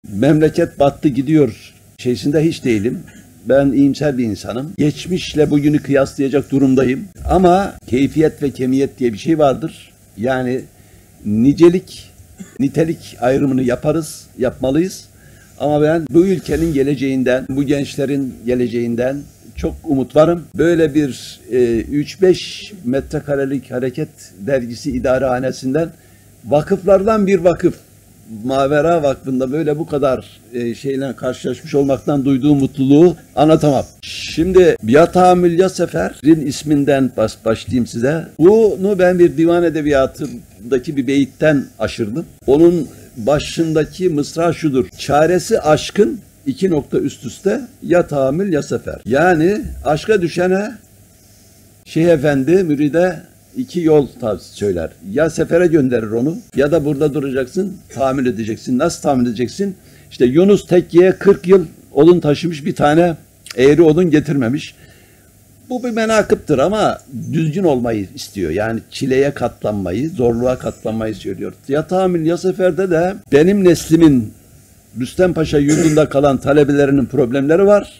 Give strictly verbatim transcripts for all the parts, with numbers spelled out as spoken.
Memleket battı gidiyor şeysinde hiç değilim. Ben iyimser bir insanım. Geçmişle bugünü kıyaslayacak durumdayım. Ama keyfiyet ve kemiyet diye bir şey vardır. Yani nicelik, nitelik ayrımını yaparız, yapmalıyız. Ama ben bu ülkenin geleceğinden, bu gençlerin geleceğinden çok umut varım. Böyle bir e, üç beş metrekarelik Hareket Dergisi idarehanesinden vakıflardan bir vakıf, Mavera Vakfı'nda böyle bu kadar e, şeyle karşılaşmış olmaktan duyduğum mutluluğu anlatamam. Şimdi Ya Tahammül Ya Sefer'in isminden baş, başlayayım size. Bunu ben bir divan edebiyatındaki bir beyitten aşırdım. Onun başındaki mısra şudur: çaresi aşkın iki nokta üst üste ya tahammül ya sefer. Yani aşka düşene Şeyh Efendi müride iki yol söyler. Ya sefere gönderir onu ya da burada duracaksın, tahammül edeceksin. Nasıl tahammül edeceksin? İşte Yunus tekkiye kırk yıl odun taşımış, bir tane eğri odun getirmemiş. Bu bir menakıptır ama düzgün olmayı istiyor. Yani çileye katlanmayı, zorluğa katlanmayı söylüyor. Ya tahammül ya seferde de benim neslimin Rüstem Paşa yurdunda kalan talebelerinin problemleri var.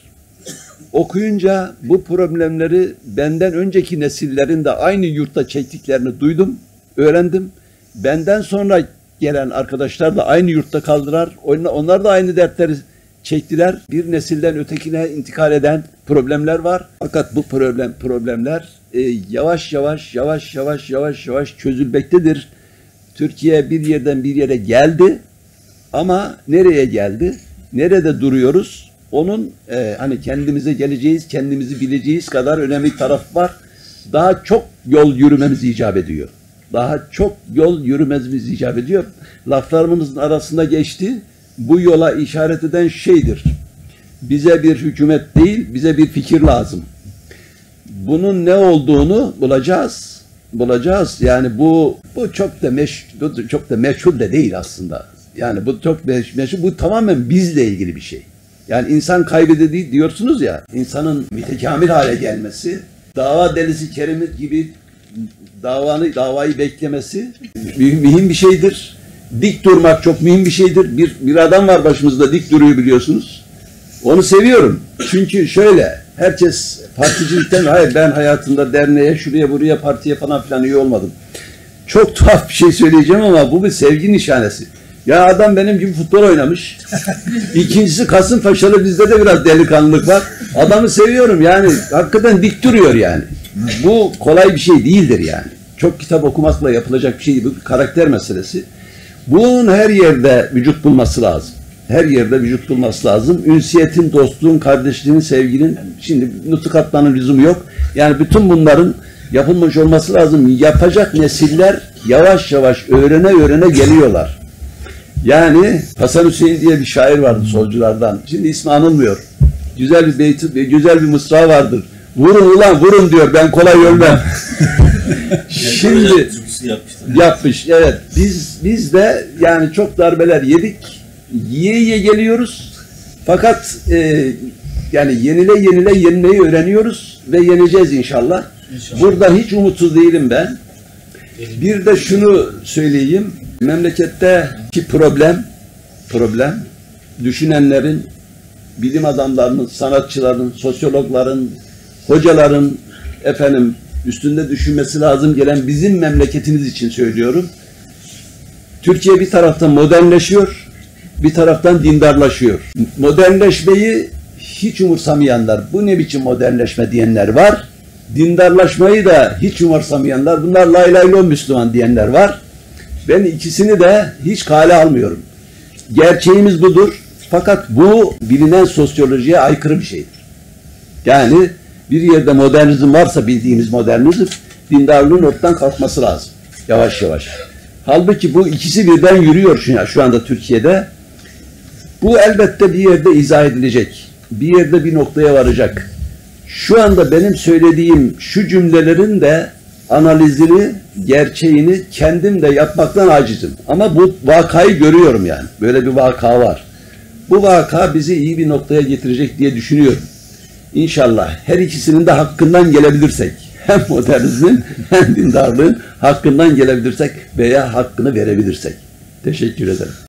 Okuyunca bu problemleri benden önceki nesillerin de aynı yurtta çektiklerini duydum, öğrendim. Benden sonra gelen arkadaşlar da aynı yurtta kaldılar. Onlar da aynı dertleri çektiler. Bir nesilden ötekine intikal eden problemler var. Fakat bu problem problemler e, yavaş yavaş yavaş yavaş yavaş yavaş çözülmektedir. Türkiye bir yerden bir yere geldi. Ama nereye geldi? Nerede duruyoruz? Onun e, hani kendimize geleceğiz, kendimizi bileceğiz kadar önemli taraf var. Daha çok yol yürümemiz icap ediyor. Daha çok yol yürümemiz icap ediyor. Laflarımızın arasında geçti. Bu yola işaret eden şeydir: bize bir hükümet değil, bize bir fikir lazım. Bunun ne olduğunu bulacağız. Bulacağız. Yani bu bu çok da meş, çok da meşhur de değil aslında. Yani bu çok meşhur. Bu tamamen bizle ilgili bir şey. Yani insan kaybedildi diyorsunuz ya, insanın mütekamil hale gelmesi, dava delisi Kerem'in gibi davanı davayı beklemesi mühim bir şeydir. Dik durmak çok mühim bir şeydir. Bir, bir adam var başımızda dik duruyor biliyorsunuz. Onu seviyorum. Çünkü şöyle, herkes particilikten, hayır ben hayatımda derneğe, şuraya buraya, partiye falan filan üye olmadım. Çok tuhaf bir şey söyleyeceğim ama bu bir sevgi nişanesi. Ya adam benim gibi futbol oynamış. İkincisi Kasımpaşalı, bizde de biraz delikanlılık var. Adamı seviyorum yani. Hakikaten dik duruyor yani. Bu kolay bir şey değildir yani. Çok kitap okumakla yapılacak bir şey değil. Bu bir karakter meselesi. Bunun her yerde vücut bulması lazım. Her yerde vücut bulması lazım. Ünsiyetin, dostluğun, kardeşliğin, sevginin, şimdi nutuk atmanın lüzumu yok. Yani bütün bunların yapılmış olması lazım. Yapacak nesiller yavaş yavaş öğrene öğrene geliyorlar. Yani Hasan Hüseyin diye bir şair vardı solculardan. Şimdi ismi anılmıyor. Güzel bir beyti, güzel bir mısra vardır. Vurun ulan vurun diyor. Ben kolay ölmem. Şimdi yapmış. Evet. Biz biz de yani çok darbeler yedik. Yiye yiye geliyoruz. Fakat e, yani yenile yenile yenmeyi öğreniyoruz ve yeneceğiz inşallah. İnşallah. Burada hiç umutsuz değilim ben. Bir de şunu söyleyeyim. Memleketteki problem, problem, düşünenlerin, bilim adamlarının, sanatçıların, sosyologların, hocaların efendim üstünde düşünmesi lazım gelen bizim memleketimiz için söylüyorum. Türkiye bir taraftan modernleşiyor, bir taraftan dindarlaşıyor. Modernleşmeyi hiç umursamayanlar, bu ne biçim modernleşme diyenler var. Dindarlaşmayı da hiç umursamayanlar, bunlar lay lay lon Müslüman diyenler var. Ben ikisini de hiç kale almıyorum. Gerçeğimiz budur. Fakat bu bilinen sosyolojiye aykırı bir şeydir. Yani bir yerde modernizm varsa, bildiğimiz modernizm, dindarlığın ortadan kalkması lazım. Yavaş yavaş. Halbuki bu ikisi birden yürüyor şu, şu anda Türkiye'de. Bu elbette bir yerde izah edilecek. Bir yerde bir noktaya varacak. Şu anda benim söylediğim şu cümlelerin de analizini, gerçeğini kendim de yapmaktan acizim. Ama bu vakayı görüyorum yani. Böyle bir vaka var. Bu vaka bizi iyi bir noktaya getirecek diye düşünüyorum. İnşallah her ikisinin de hakkından gelebilirsek, hem modernizmin hem dindarlığın hakkından gelebilirsek veya hakkını verebilirsek. Teşekkür ederim.